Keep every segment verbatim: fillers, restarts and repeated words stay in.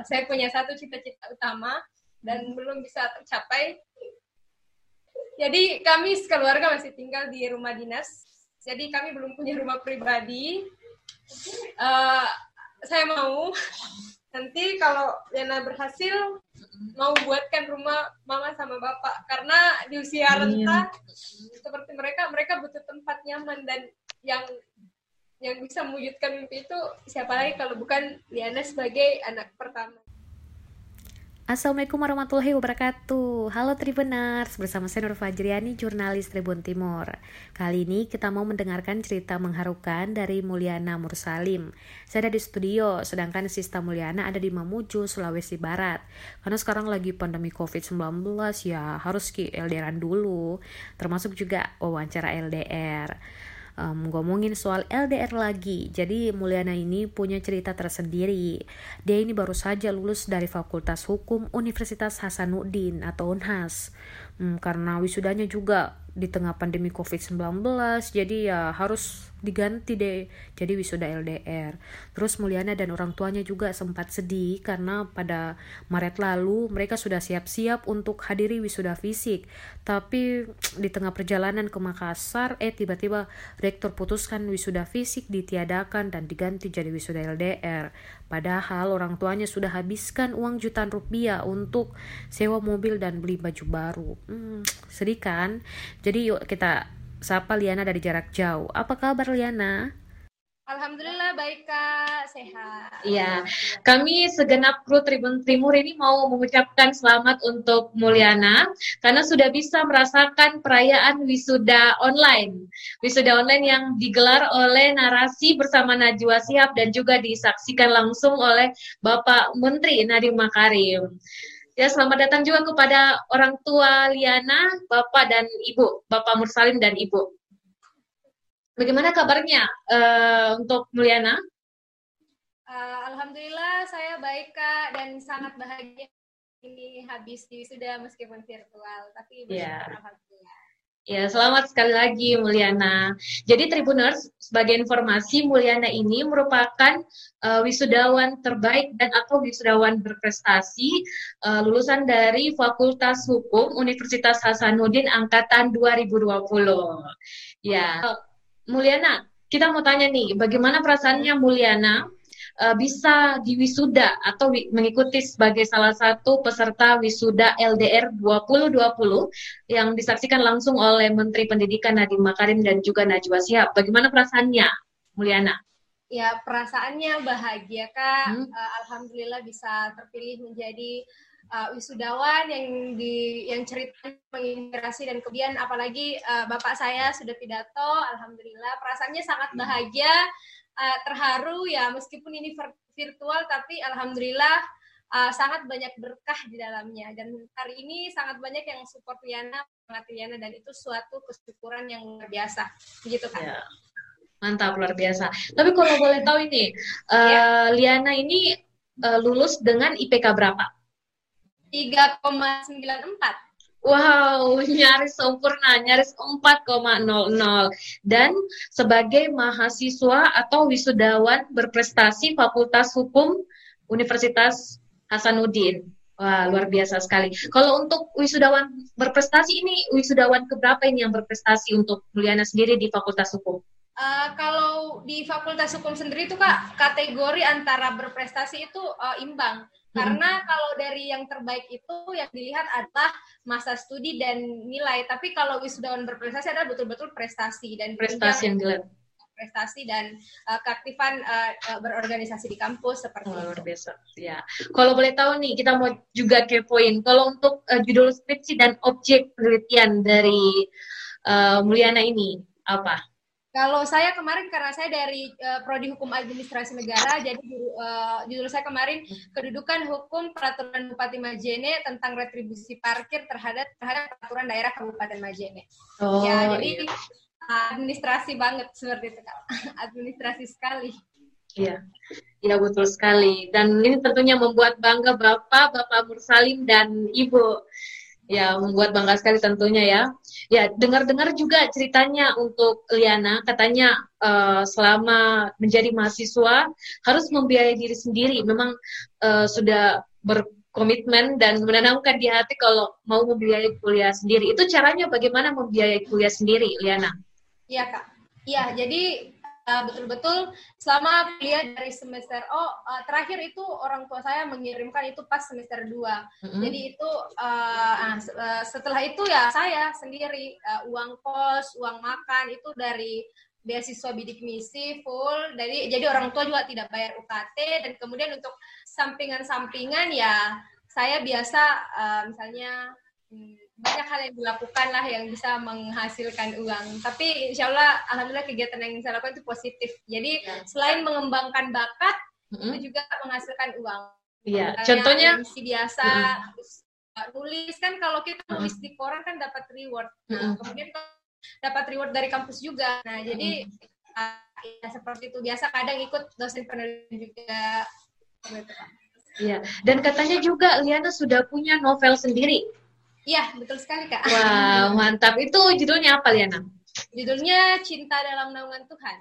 saya punya satu cita-cita utama dan belum bisa tercapai. Jadi kami sekeluarga masih tinggal di rumah dinas. Jadi kami belum punya rumah pribadi. Uh, saya mau nanti kalau Liana berhasil mau buatkan rumah mama sama bapak, karena di usia renta seperti mereka, mereka butuh tempat nyaman, dan yang yang bisa mewujudkan mimpi itu siapa lagi kalau bukan Liana sebagai anak pertama. Assalamualaikum warahmatullahi wabarakatuh. Halo Tribuners, bersama saya Nur Fajriani, jurnalis Tribun Timur. Kali ini kita mau mendengarkan cerita mengharukan dari Mulyana Mursalim. Saya ada di studio, sedangkan Sista Mulyana ada di Mamuju, Sulawesi Barat. Karena sekarang lagi pandemi covid sembilan belas, ya harus ki L D R-an dulu, termasuk juga wawancara L D R. Um, ngomongin soal L D R lagi. Jadi Mulyana ini punya cerita tersendiri. Dia ini baru saja lulus dari Fakultas Hukum Universitas Hasanuddin atau Unhas. Hmm, karena wisudanya juga di tengah pandemi covid sembilan belas, jadi ya harus diganti deh jadi wisuda L D R. Terus Mulyana dan orang tuanya juga sempat sedih karena pada Maret lalu mereka sudah siap-siap untuk hadiri wisuda fisik, tapi di tengah perjalanan ke Makassar eh tiba-tiba rektor putuskan wisuda fisik ditiadakan dan diganti jadi wisuda L D R. Padahal orang tuanya sudah habiskan uang jutaan rupiah untuk sewa mobil dan beli baju baru. Hmm, sedih kan? Jadi yuk kita sapa Liana dari jarak jauh. Apa kabar Liana? Alhamdulillah baik Kak, sehat. Iya, kami segenap kru Tribun Timur ini mau mengucapkan selamat untuk Mulyana karena sudah bisa merasakan perayaan wisuda online. Wisuda online yang digelar oleh Narasi bersama Najwa Shihab dan juga disaksikan langsung oleh Bapak Menteri Nadiem Makarim. Ya, selamat datang juga kepada orang tua Liana, Bapak dan Ibu, Bapak Mursalim dan Ibu. Bagaimana kabarnya uh, untuk Mulyana? Uh, Alhamdulillah saya baik Kak, dan sangat bahagia ini habis di wisuda meskipun virtual, tapi yeah. Alhamdulillah. Ya, selamat sekali lagi Mulyana. Jadi Tribuners, sebagai informasi, Mulyana ini merupakan uh, wisudawan terbaik dan atau wisudawan berprestasi uh, lulusan dari Fakultas Hukum Universitas Hasanuddin angkatan dua ribu dua puluh. Ya, Mulyana, kita mau tanya nih, bagaimana perasaannya Mulyana uh, bisa diwisuda atau wi- mengikuti sebagai salah satu peserta wisuda L D R dua ribu dua puluh yang disaksikan langsung oleh Menteri Pendidikan Nadiem Makarim dan juga Najwa Shihab. Bagaimana perasaannya, Mulyana? Ya, perasaannya bahagia Kak. Hmm. Uh, Alhamdulillah bisa terpilih menjadi Uh, wisudawan yang di yang cerita menginspirasi, dan kemudian apalagi uh, bapak saya sudah pidato. Alhamdulillah perasaannya sangat bahagia, uh, terharu ya, meskipun ini virtual tapi alhamdulillah uh, sangat banyak berkah di dalamnya, dan hari ini sangat banyak yang support Liana, sangat Liana, dan itu suatu kesyukuran yang luar biasa, begitu kan? Ya. Mantap, luar biasa. Tapi kalau boleh tahu ini, uh, ya. Liana ini uh, lulus dengan I P K berapa? tiga koma sembilan empat. Wow, nyaris sempurna, nyaris empat koma nol nol. Dan sebagai mahasiswa atau wisudawan berprestasi Fakultas Hukum Universitas Hasanuddin. Wah, luar biasa sekali. Kalau untuk wisudawan berprestasi ini, wisudawan keberapa ini yang berprestasi untuk Mulyana sendiri di Fakultas Hukum? Uh, kalau di Fakultas Hukum sendiri itu Kak, kategori antara berprestasi itu uh, imbang. Karena kalau dari yang terbaik itu yang dilihat adalah masa studi dan nilai. Tapi kalau wisudawan berprestasi adalah betul-betul prestasi dan prestasi yang dilihat. Prestasi dan uh, keaktifan uh, berorganisasi di kampus seperti oh, itu. Luar biasa. Ya. Kalau boleh tahu nih, kita mau juga kepoin. Kalau untuk uh, judul skripsi dan objek penelitian dari uh, Mulyana ini apa? Kalau saya kemarin, karena saya dari uh, Prodi Hukum Administrasi Negara, jadi uh, judul saya kemarin kedudukan hukum peraturan Bupati Majene tentang retribusi parkir terhadap terhadap peraturan daerah Kabupaten Majene. Oh, ya, jadi iya. administrasi banget seperti itu, Kak. Administrasi sekali. Iya, iya betul sekali. Dan ini tentunya membuat bangga Bapak, Bapak Mursalim dan Ibu. Ya, membuat bangga sekali tentunya ya. Ya, dengar-dengar juga ceritanya untuk Liana, katanya uh, selama menjadi mahasiswa harus membiayai diri sendiri. Memang uh, sudah berkomitmen dan menanamkan di hati kalau mau membiayai kuliah sendiri. Itu caranya bagaimana membiayai kuliah sendiri, Liana? Iya, Kak. Iya, jadi uh, betul-betul selama kuliah dari semester oh uh, terakhir itu orang tua saya mengirimkan itu pas semester dua. Mm-hmm. Jadi itu uh, uh, setelah itu ya saya sendiri uh, uang kos, uang makan itu dari beasiswa bidik misi full. Jadi jadi orang tua juga tidak bayar U K T, dan kemudian untuk sampingan-sampingan ya saya biasa uh, misalnya hmm, banyak hal yang dilakukan lah yang bisa menghasilkan uang. Tapi insya Allah, alhamdulillah kegiatan yang saya lakukan itu positif. Jadi ya, selain mengembangkan bakat, mm-hmm. itu juga menghasilkan uang. Iya. Contohnya misi biasa, mm-hmm. terus, uh, nulis kan kalau kita nulis mm-hmm. di koran kan dapat reward. Nah, mm-hmm. kemudian dapat reward dari kampus juga. Nah, jadi mm-hmm. uh, ya, seperti itu. Biasa kadang ikut dosen penelitian juga. Iya. Dan katanya juga Liana sudah punya novel sendiri. Iya, betul sekali, Kak. Wow, mantap. Itu judulnya apa, Liana? Judulnya Cinta Dalam Naungan Tuhan.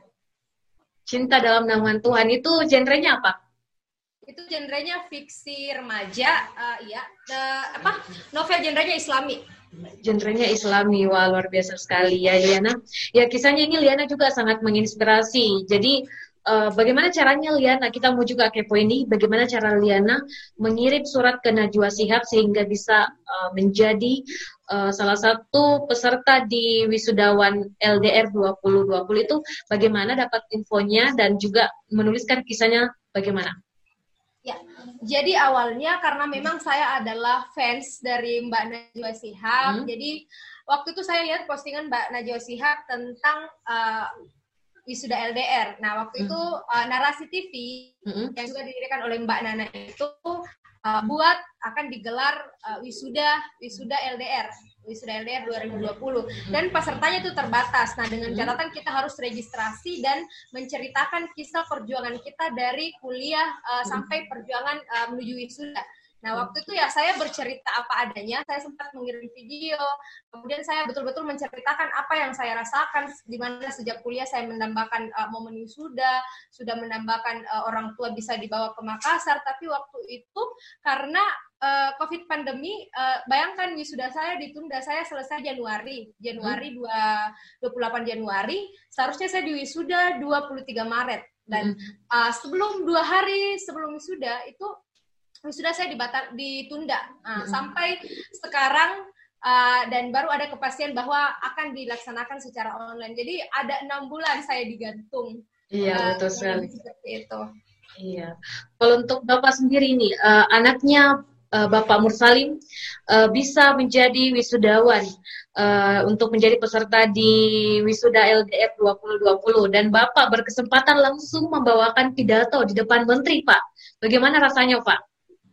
Cinta Dalam Naungan Tuhan. Itu genrenya apa? Itu genrenya fiksi remaja, uh, iya. The, apa? Novel genrenya Islami. Genrenya Islami. Wah, luar biasa sekali ya, Liana. Ya, kisahnya ini Liana juga sangat menginspirasi. Jadi, Uh, bagaimana caranya Liana, kita mau juga kepo ini, bagaimana cara Liana mengirim surat ke Najwa Shihab sehingga bisa uh, menjadi uh, salah satu peserta di wisudawan L D R dua ribu dua puluh itu, bagaimana dapat infonya dan juga menuliskan kisahnya bagaimana? Ya, jadi awalnya karena memang saya adalah fans dari Mbak Najwa Shihab, hmm. jadi waktu itu saya lihat postingan Mbak Najwa Shihab tentang uh, wisuda L D R. Nah, waktu mm. itu uh, Narasi T V mm-hmm. yang juga didirikan oleh Mbak Nana itu uh, buat akan digelar uh, wisuda wisuda L D R, wisuda L D R dua ribu dua puluh. Dan pesertanya itu terbatas. Nah, dengan catatan kita harus registrasi dan menceritakan kisah perjuangan kita dari kuliah uh, sampai perjuangan uh, menuju wisuda. Nah, waktu itu ya saya bercerita apa adanya, saya sempat mengirim video, kemudian saya betul-betul menceritakan apa yang saya rasakan, di mana sejak kuliah saya menambahkan uh, momen wisuda, sudah menambahkan uh, orang tua bisa dibawa ke Makassar, tapi waktu itu karena uh, COVID pandemi, uh, bayangkan wisuda saya ditunda, saya selesai Januari, Januari hmm. dua puluh delapan Januari, seharusnya saya di wisuda dua puluh tiga Maret, dan hmm. uh, sebelum dua hari sebelum wisuda itu sudah saya dibatal, ditunda nah, hmm. sampai sekarang uh, dan baru ada kepastian bahwa akan dilaksanakan secara online. Jadi ada enam bulan saya digantung. Iya uh, betul sekali. Seperti itu. Iya. Kalau untuk Bapak sendiri ini, uh, anaknya uh, Bapak Mursalim uh, bisa menjadi wisudawan uh, untuk menjadi peserta di wisuda L D R dua ribu dua puluh dan Bapak berkesempatan langsung membawakan pidato di depan Menteri, Pak. Bagaimana rasanya, Pak?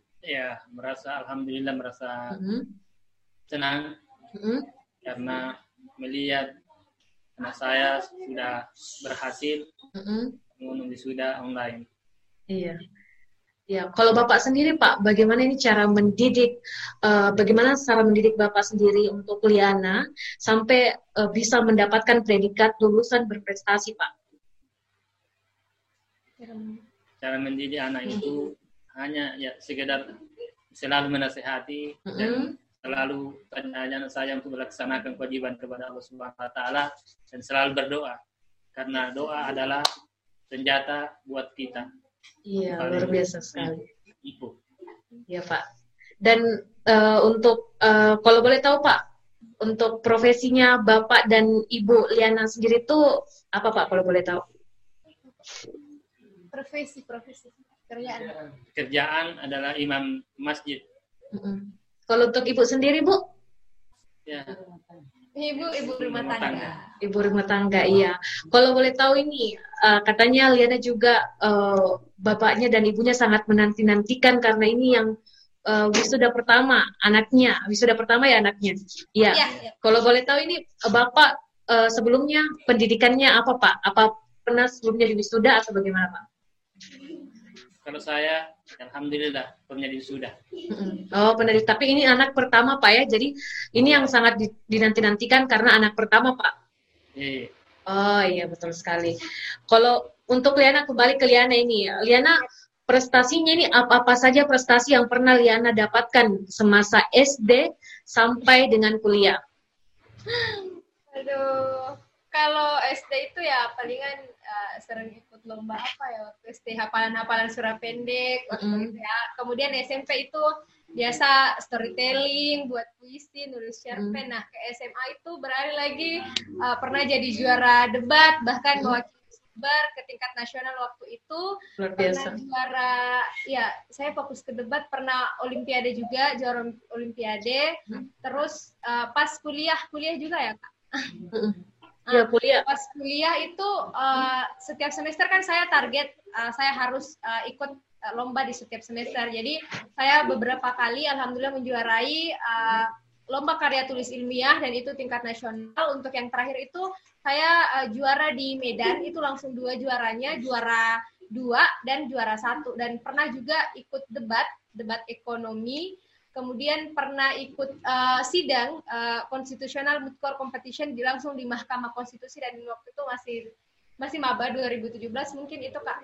Ya, merasa alhamdulillah merasa mm-hmm. senang mm-hmm. karena melihat anak saya sudah berhasil mm-hmm. wisuda online. Iya, ya. Kalau Bapak sendiri, Pak, bagaimana ini cara mendidik? Uh, bagaimana cara mendidik Bapak sendiri untuk Liana sampai uh, bisa mendapatkan predikat lulusan berprestasi, Pak? Cara mendidik anak itu hanya ya sekedar selalu menasihati mm-hmm. dan selalu tanya saya untuk melaksanakan kewajiban kepada Allah Subhanahu wa taala dan selalu berdoa karena doa adalah senjata buat kita. Iya, luar biasa sekali. Ibu. Iya, Pak. Dan uh, untuk uh, kalau boleh tahu, Pak, untuk profesinya Bapak dan Ibu Liana sendiri itu apa, Pak, kalau boleh tahu? Profesi, profesi. Kerjaan. Kerjaan adalah imam masjid. Mm-hmm. Kalau untuk Ibu sendiri, Bu? Ya. Ibu, ibu rumah tangga. Ibu rumah tangga, iya. Kalau boleh tahu ini, uh, katanya Liana juga uh, bapaknya dan ibunya sangat menanti-nantikan karena ini yang uh, wisuda pertama anaknya, wisuda pertama ya anaknya. Iya. Ya, ya. Kalau boleh tahu ini, uh, Bapak uh, sebelumnya pendidikannya apa, Pak? Apa pernah sebelumnya di wisuda atau bagaimana, Pak? kalau saya, alhamdulillah penyanyi sudah. Oh, benar. Tapi ini anak pertama Pak ya, jadi ini yang sangat dinanti-nantikan karena anak pertama Pak. Iya. Oh iya betul sekali. Kalau untuk Liana kembali ke Liana ini, Liana prestasinya ini apa-apa saja prestasi yang pernah Liana dapatkan semasa S D sampai dengan kuliah? Aduh, kalau S D itu ya palingan uh, sering ikut lomba apa ya waktu S D, hafalan-hafalan surah pendek waktu Mm-hmm. itu ya. Kemudian S M P itu biasa storytelling, buat puisi, nulis cerpen. Mm-hmm. Nah ke S M A itu beralih lagi uh, pernah jadi juara debat, bahkan Mm-hmm. mewakili Sumber ke tingkat nasional waktu itu. Luar Pernah biasa. juara, ya saya fokus ke debat, pernah olimpiade juga, juara olimpiade. Mm-hmm. Terus uh, pas kuliah, kuliah juga ya Kak? Mm-hmm. Ya kuliah. Pas kuliah itu uh, setiap semester kan saya target uh, saya harus uh, ikut uh, lomba di setiap semester. Jadi saya beberapa kali alhamdulillah menjuarai uh, lomba karya tulis ilmiah dan itu tingkat nasional. Untuk yang terakhir itu saya uh, juara di Medan, itu langsung dua juaranya, juara dua dan juara satu. Dan pernah juga ikut debat, debat ekonomi. Kemudian pernah ikut uh, sidang uh, konstitusional Mid-Core Competition di langsung di Mahkamah Konstitusi, dan waktu itu masih masih maba dua ribu tujuh belas. Mungkin itu Kak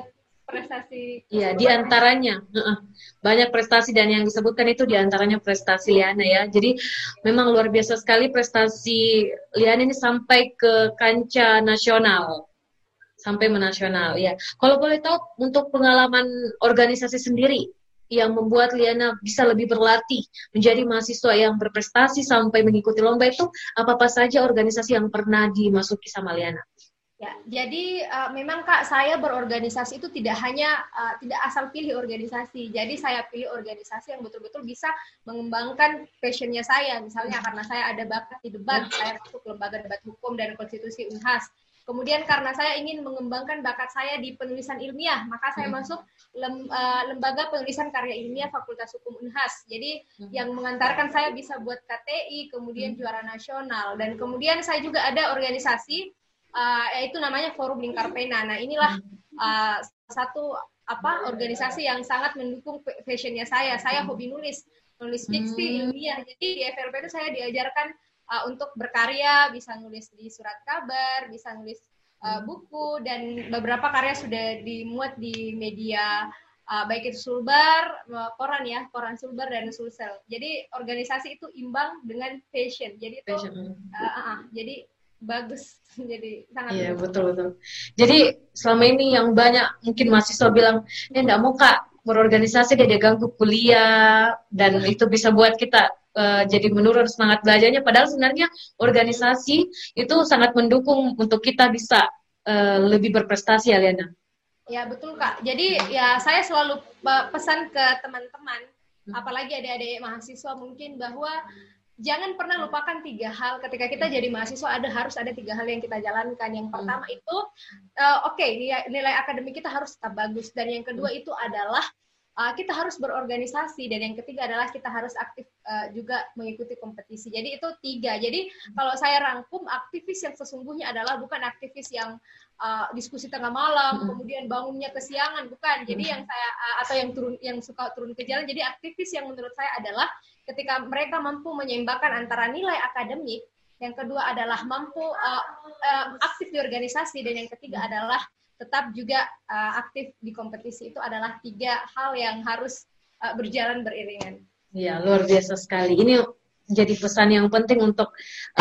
prestasi. Iya, di antaranya uh-uh. banyak prestasi dan yang disebutkan itu di antaranya prestasi Liana ya. Jadi memang luar biasa sekali prestasi Liana ini sampai ke kancah nasional. Sampai menasional ya. Kalau boleh tahu untuk pengalaman organisasi sendiri yang membuat Liana bisa lebih berlatih menjadi mahasiswa yang berprestasi sampai mengikuti lomba itu apa-apa saja organisasi yang pernah dimasuki sama Liana? Ya, jadi uh, memang Kak, saya berorganisasi itu tidak hanya uh, tidak asal pilih organisasi. Jadi saya pilih organisasi yang betul-betul bisa mengembangkan passionnya saya. Misalnya karena saya ada bakat di debat, saya masuk lembaga debat hukum dan konstitusi U N H A S. Kemudian karena saya ingin mengembangkan bakat saya di penulisan ilmiah, maka saya masuk lem, uh, lembaga penulisan karya ilmiah Fakultas Hukum U N H A S. Jadi yang mengantarkan saya bisa buat K T I, kemudian juara nasional, dan kemudian saya juga ada organisasi uh, yaitu namanya Forum Lingkar Pena. Nah inilah uh, satu apa organisasi yang sangat mendukung passionnya saya. Saya hobi nulis, nulis fiksi ilmiah. Jadi di F L P itu saya diajarkan Uh, untuk berkarya, bisa nulis di surat kabar, bisa nulis uh, buku, dan beberapa karya sudah dimuat di media, uh, baik itu Sulbar, uh, koran ya, koran Sulbar dan Sulsel. Jadi organisasi itu imbang dengan passion. Jadi itu, uh, uh, uh, jadi bagus, jadi sangat. Iya betul betul. Jadi selama ini yang banyak mungkin mahasiswa bilang, ya nggak mau Kak berorganisasi, dia, dia ganggu kuliah dan itu bisa buat kita Uh, jadi menurun semangat belajarnya, padahal sebenarnya organisasi itu sangat mendukung untuk kita bisa uh, lebih berprestasi ya Liana. Ya betul Kak, jadi ya saya selalu pesan ke teman-teman, apalagi adik-adik mahasiswa mungkin, bahwa jangan pernah lupakan tiga hal ketika kita jadi mahasiswa. Ada harus ada tiga hal yang kita jalankan. Yang pertama itu uh, oke okay, nilai, nilai akademik kita harus tetap bagus, dan yang kedua itu adalah Uh, kita harus berorganisasi, dan yang ketiga adalah kita harus aktif uh, juga mengikuti kompetisi. Jadi itu tiga. Jadi kalau saya rangkum, aktivis yang sesungguhnya adalah bukan aktivis yang uh, diskusi tengah malam, mm-hmm. kemudian bangunnya kesiangan, bukan. Jadi mm-hmm. yang saya uh, atau yang turun yang suka turun ke jalan. Jadi aktivis yang menurut saya adalah ketika mereka mampu menyeimbangkan antara nilai akademik, yang kedua adalah mampu uh, uh, aktif di organisasi, dan yang ketiga adalah tetap juga uh, aktif di kompetisi. Itu adalah tiga hal yang harus uh, berjalan beriringan. Iya, luar biasa sekali. Ini jadi pesan yang penting untuk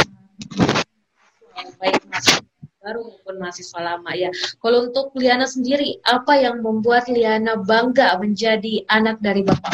uh, baik mahasiswa baru maupun mahasiswa lama ya. Kalau untuk Liana sendiri, apa yang membuat Liana bangga menjadi anak dari Bapak?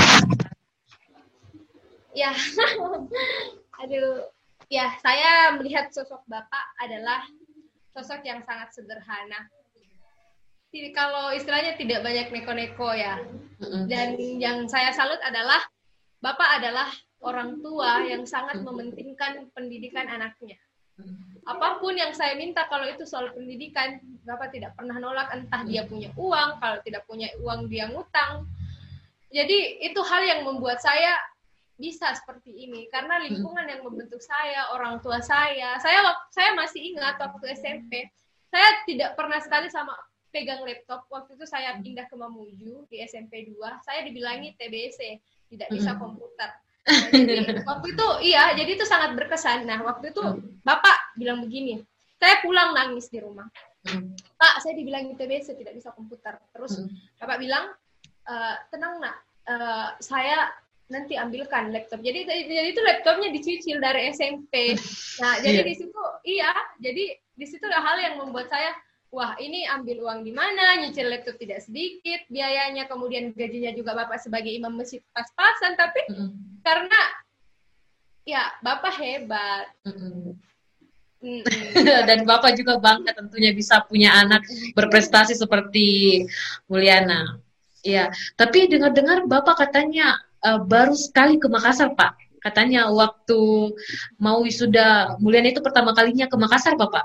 Ya, aduh, ya saya melihat sosok Bapak adalah sosok yang sangat sederhana. Kalau istilahnya tidak banyak neko-neko ya. Dan yang saya salut adalah Bapak adalah orang tua yang sangat mementingkan pendidikan anaknya. Apapun yang saya minta kalau itu soal pendidikan, Bapak tidak pernah nolak, entah dia punya uang, kalau tidak punya uang dia ngutang. Jadi itu hal yang membuat saya bisa seperti ini, karena lingkungan yang membentuk saya, orang tua saya. Saya saya masih ingat waktu S M P, saya tidak pernah sekali sama pegang laptop. Waktu itu saya pindah ke Mamuju di S M P dua, saya dibilangi T B C, tidak bisa komputer. Nah, jadi waktu itu iya, jadi itu sangat berkesan. Nah, waktu itu Bapak bilang begini, saya pulang nangis di rumah. Pak, saya dibilangi T B C, tidak bisa komputer. Terus Bapak bilang, e, tenang nak, e, saya nanti ambilkan laptop. Jadi jadi itu laptopnya dicicil dari S M P. Nah, jadi di situ iya, jadi di situ ada hal yang membuat saya, wah, ini ambil uang di mana, nyicil laptop tidak sedikit, biayanya, kemudian gajinya juga Bapak sebagai imam masjid pas-pasan, tapi mm-hmm. karena ya Bapak hebat. Mm-hmm. Mm-hmm. Dan Bapak juga bangga tentunya bisa punya anak berprestasi seperti Mulyana. Iya, tapi dengar-dengar Bapak katanya uh, baru sekali ke Makassar, Pak. Katanya waktu mau wisuda Mulyana itu pertama kalinya ke Makassar, Bapak.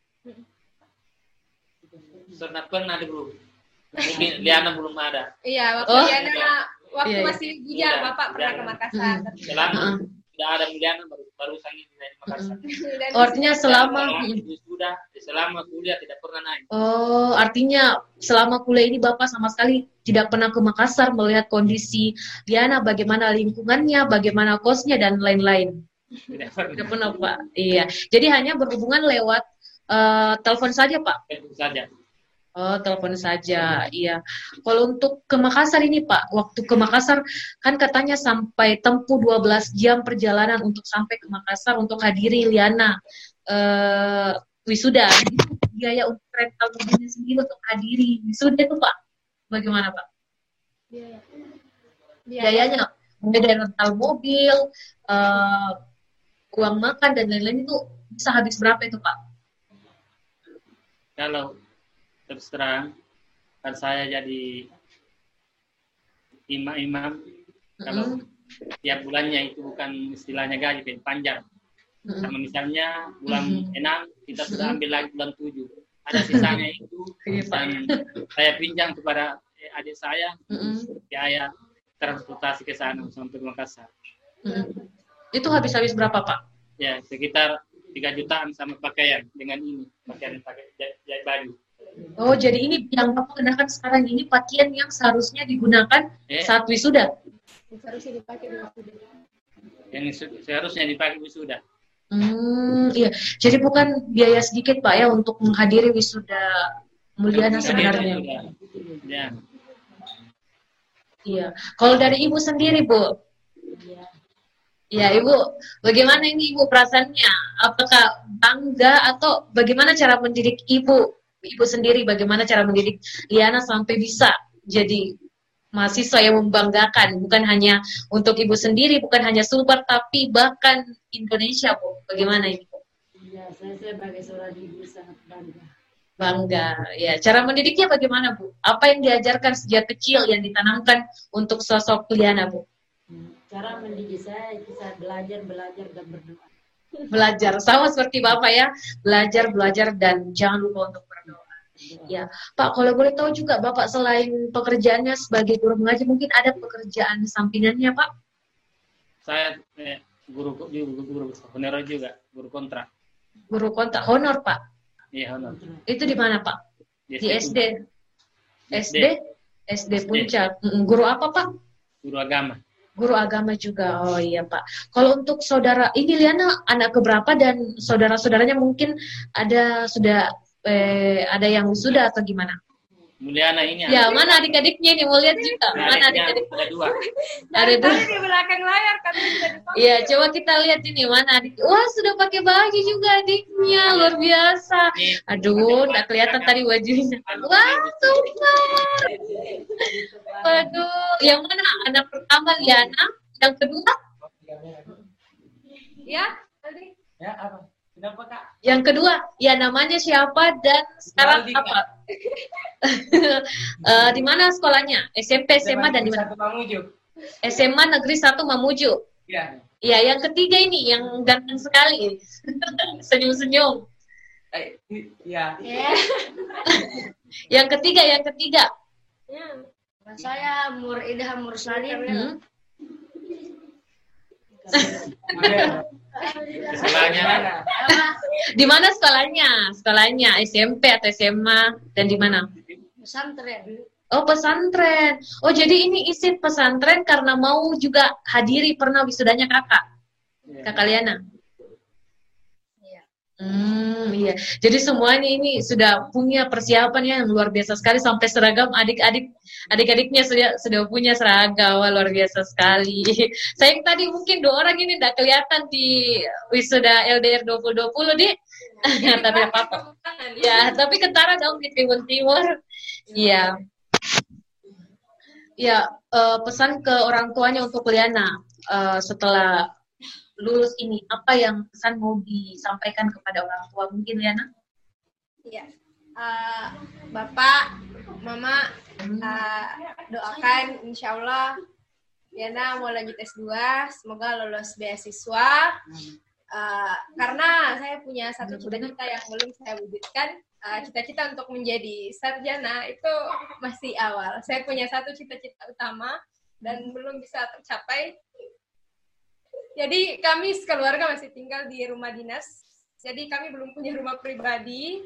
Pernah pernah dulu. Mungkin Liana belum ada. Iya, waktu oh. Liana waktu iya, masih bujang, iya. Bapak pernah ke Makassar. Hmm. Selama uh-huh. tidak ada Liana baru baru saya di Makassar. Uh-huh. Oh, artinya selama sudah selama kuliah tidak pernah naik. Oh, artinya selama kuliah ini Bapak sama sekali tidak pernah ke Makassar melihat kondisi Liana, bagaimana lingkungannya, bagaimana kosnya dan lain-lain. Tidak pernah. Tidak pernah, Pak. Iya. Jadi hanya berhubungan lewat uh, telepon saja, Pak. Telepon saja. Oh, telepon saja, iya. Kalau untuk ke Makassar ini, Pak, waktu ke Makassar, kan katanya sampai tempuh dua belas jam perjalanan untuk sampai ke Makassar untuk hadiri Liana uh, wisuda. Itu biaya untuk rental mobilnya sendiri untuk hadiri wisuda itu, Pak. Bagaimana, Pak? Biaya. Biayanya, mulai dari rental mobil, uh, uang makan, dan lain-lain itu bisa habis berapa itu, Pak? Kalau terus terang, kan saya jadi imam-imam, mm-hmm. kalau tiap bulannya itu bukan istilahnya gaji, panjang. Mm-hmm. Sama misalnya bulan mm-hmm. enam, kita sudah ambil lagi bulan tujuh. Ada sisanya itu, dan saya pinjam kepada adik saya, mm-hmm. biaya transportasi ke sana sampai Makassar. Mm-hmm. Itu habis-habis berapa, Pak? Ya, sekitar tiga jutaan sama pakaian dengan ini, pakaian pakai jahit baju. Oh, jadi ini yang Bapak kenakan sekarang ini pakaian yang seharusnya digunakan eh. saat wisuda? Seharusnya dipakai wisuda. Yang seharusnya dipakai wisuda. Hmm, iya. Jadi bukan biaya sedikit, Pak, ya, untuk menghadiri wisuda Mulyana sebenarnya. Ya. Iya. Kalau dari Ibu sendiri, Bu? Iya. Ya, Ibu, bagaimana ini Ibu perasaannya? Apakah bangga atau bagaimana cara mendidik Ibu? Ibu sendiri bagaimana cara mendidik Liana sampai bisa jadi mahasiswa yang membanggakan, bukan hanya untuk Ibu sendiri, bukan hanya Sulbar, tapi bahkan Indonesia, Bu. Bagaimana ini, Bu? Ya, saya sebagai seorang ibu sangat bangga. Bangga, ya. Cara mendidiknya bagaimana, Bu? Apa yang diajarkan sejak kecil yang ditanamkan untuk sosok Liana, Bu? Cara mendidik saya itu saya belajar, belajar dan berdoa. Belajar, sama seperti Bapak ya, belajar, belajar dan jangan lupa untuk berdoa. Ya, Pak, kalau boleh tahu juga Bapak selain pekerjaannya sebagai guru mengaji, mungkin ada pekerjaan sampingannya, Pak? Saya eh, guru guru guru honor juga, guru kontrak. Guru kontrak honor, Pak? Iya, honor. Itu di mana, Pak? Di, di S D. S D? S D Puncak. Guru apa, Pak? Guru agama. Guru agama juga. Oh iya, Pak. Kalau untuk saudara, ini Liana anak keberapa dan saudara-saudaranya mungkin ada sudah eh, ada yang sudah atau gimana? Mulyana ini. Ya, mana adik-adiknya ini? Mau lihat juga. Nah, mana adik-adik? Ada dua. Ada dua. Di belakang layar kan. Iya, coba kita lihat ini mana adik. Wah, sudah pakai baju juga adiknya, luar biasa. Aduh, nggak kelihatan tadi bajunya. Wah, super. Waduh, yang mana anak pertama Liana, yang kedua? Ya, tadi. Ya, apa? Kenapa, Kak? Yang kedua, ya namanya siapa dan sekarang apa? uh, di mana sekolahnya? S M P, S M A dan di mana? S M A Negeri satu Mamuju. Iya. Iya, yang ketiga ini yang ganteng sekali. Senyum-senyum. Eh, iya. Yang ketiga, yang ketiga. Ya, saya Mur Ida Mursalin. Hmm? Sekolahnya di mana sekolahnya? Sekolahnya S M P atau S M A dan di mana? Di pesantren. Oh, pesantren. Oh, jadi ini isi pesantren karena mau juga hadiri pernah wisudanya kakak. Kakak Liana. Iya. Hmm, iya. Jadi semuanya ini sudah punya persiapan yang luar biasa sekali sampai seragam adik-adik adik-adiknya sudah sudah punya seragam. Wah, luar biasa sekali. Sayang tadi mungkin dua orang ini tidak kelihatan di wisuda L D R dua ribu dua puluh, Di. Tapi apa-apa. Ya, tapi ketara dong di Tribun Timur. Iya. Ya, uh, pesan ke orang tuanya untuk Liana uh, setelah lulus ini, apa yang pesan mau disampaikan kepada orang tua mungkin, Liana? Iya, uh, Bapak, Mama, uh, doakan insya Allah Liana mau lanjut S dua, semoga lolos beasiswa. Uh, karena saya punya satu cita-cita yang belum saya wujudkan. Uh, cita-cita untuk menjadi sarjana itu masih awal. Saya punya satu cita-cita utama dan belum bisa tercapai. Jadi kami sekeluarga masih tinggal di rumah dinas. Jadi kami belum punya rumah pribadi.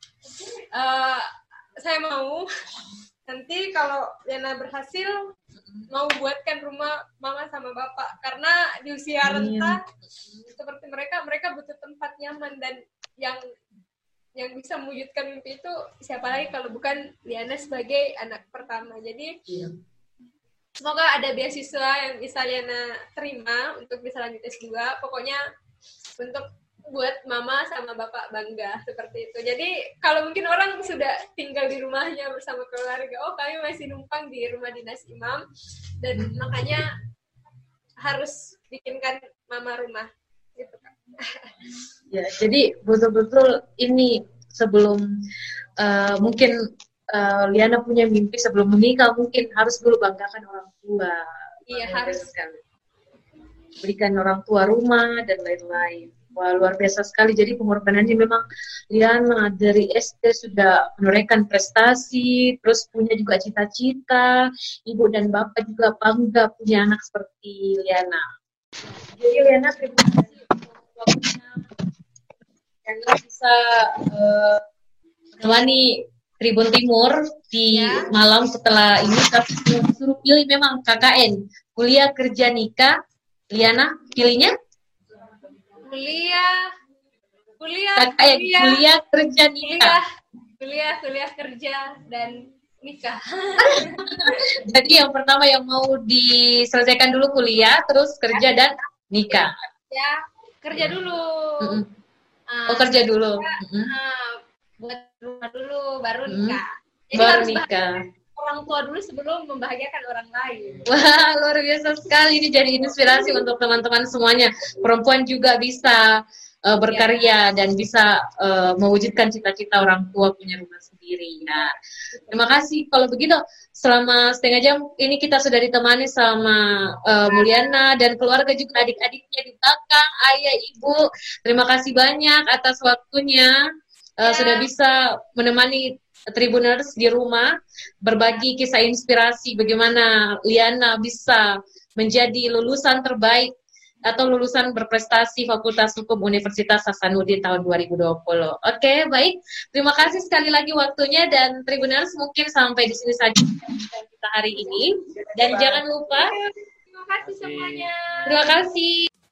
Uh, saya mau nanti kalau Liana berhasil mau buatkan rumah mama sama bapak, karena di usia renta seperti mereka, mereka butuh tempat nyaman dan yang yang bisa mewujudkan mimpi itu siapa lagi kalau bukan Liana sebagai anak pertama. Jadi iya. Semoga ada beasiswa yang bisa Liana terima untuk bisa lanjut S dua. Pokoknya untuk buat mama sama bapak bangga seperti itu. Jadi kalau mungkin orang sudah tinggal di rumahnya bersama keluarga, oh kami masih numpang di rumah dinas imam, dan makanya harus bikinkan mama rumah gitu kan. Ya, jadi betul-betul ini sebelum uh, mungkin uh, Liana punya mimpi sebelum menikah, mungkin harus dulu banggakan orang tua. Iya, harus sekali. Berikan orang tua rumah dan lain-lain. Wah, luar biasa sekali. Jadi pengorbanannya memang Liana dari S D sudah menorehkan prestasi, terus punya juga cita-cita. Ibu dan bapak juga bangga punya anak seperti Liana. Jadi Liana, terima kasih untuk waktunya. Liana bisa uh, menemani Tribun Timur di ya. Malam setelah ini. Tapi disuruh pilih memang K K N, kuliah kerja nikah. Liana pilihnya? Kuliah, kuliah, kuliah, kuliah, kuliah kerja nikah, kuliah, kuliah kerja dan nikah. Jadi yang pertama yang mau diselesaikan dulu kuliah, terus kerja dan nikah. Ya, kerja dulu. Mm-hmm. Uh, oh kerja dulu. Mm-hmm. Uh, buat rumah dulu, baru nikah. Mm-hmm. Jadi baru nikah. Orang tua dulu sebelum membahagiakan orang lain. Wah, luar biasa sekali. Ini jadi inspirasi untuk teman-teman semuanya. Perempuan juga bisa uh, berkarya ya. Dan bisa uh, mewujudkan cita-cita orang tua punya rumah sendiri. Ya. Terima kasih. Kalau begitu, selama setengah jam ini kita sudah ditemani sama uh, Mulyana dan keluarga juga adik-adiknya di belakang, ayah, ibu. Terima kasih banyak atas waktunya. Uh, ya. Sudah bisa menemani Tribuners di rumah, berbagi kisah inspirasi bagaimana Liana bisa menjadi lulusan terbaik atau lulusan berprestasi Fakultas Hukum Universitas Hasanuddin tahun dua ribu dua puluh. Oke, okay, baik. Terima kasih sekali lagi waktunya, dan Tribuners mungkin sampai di sini saja kita hari ini. Dan jangan lupa, terima kasih semuanya. Terima kasih.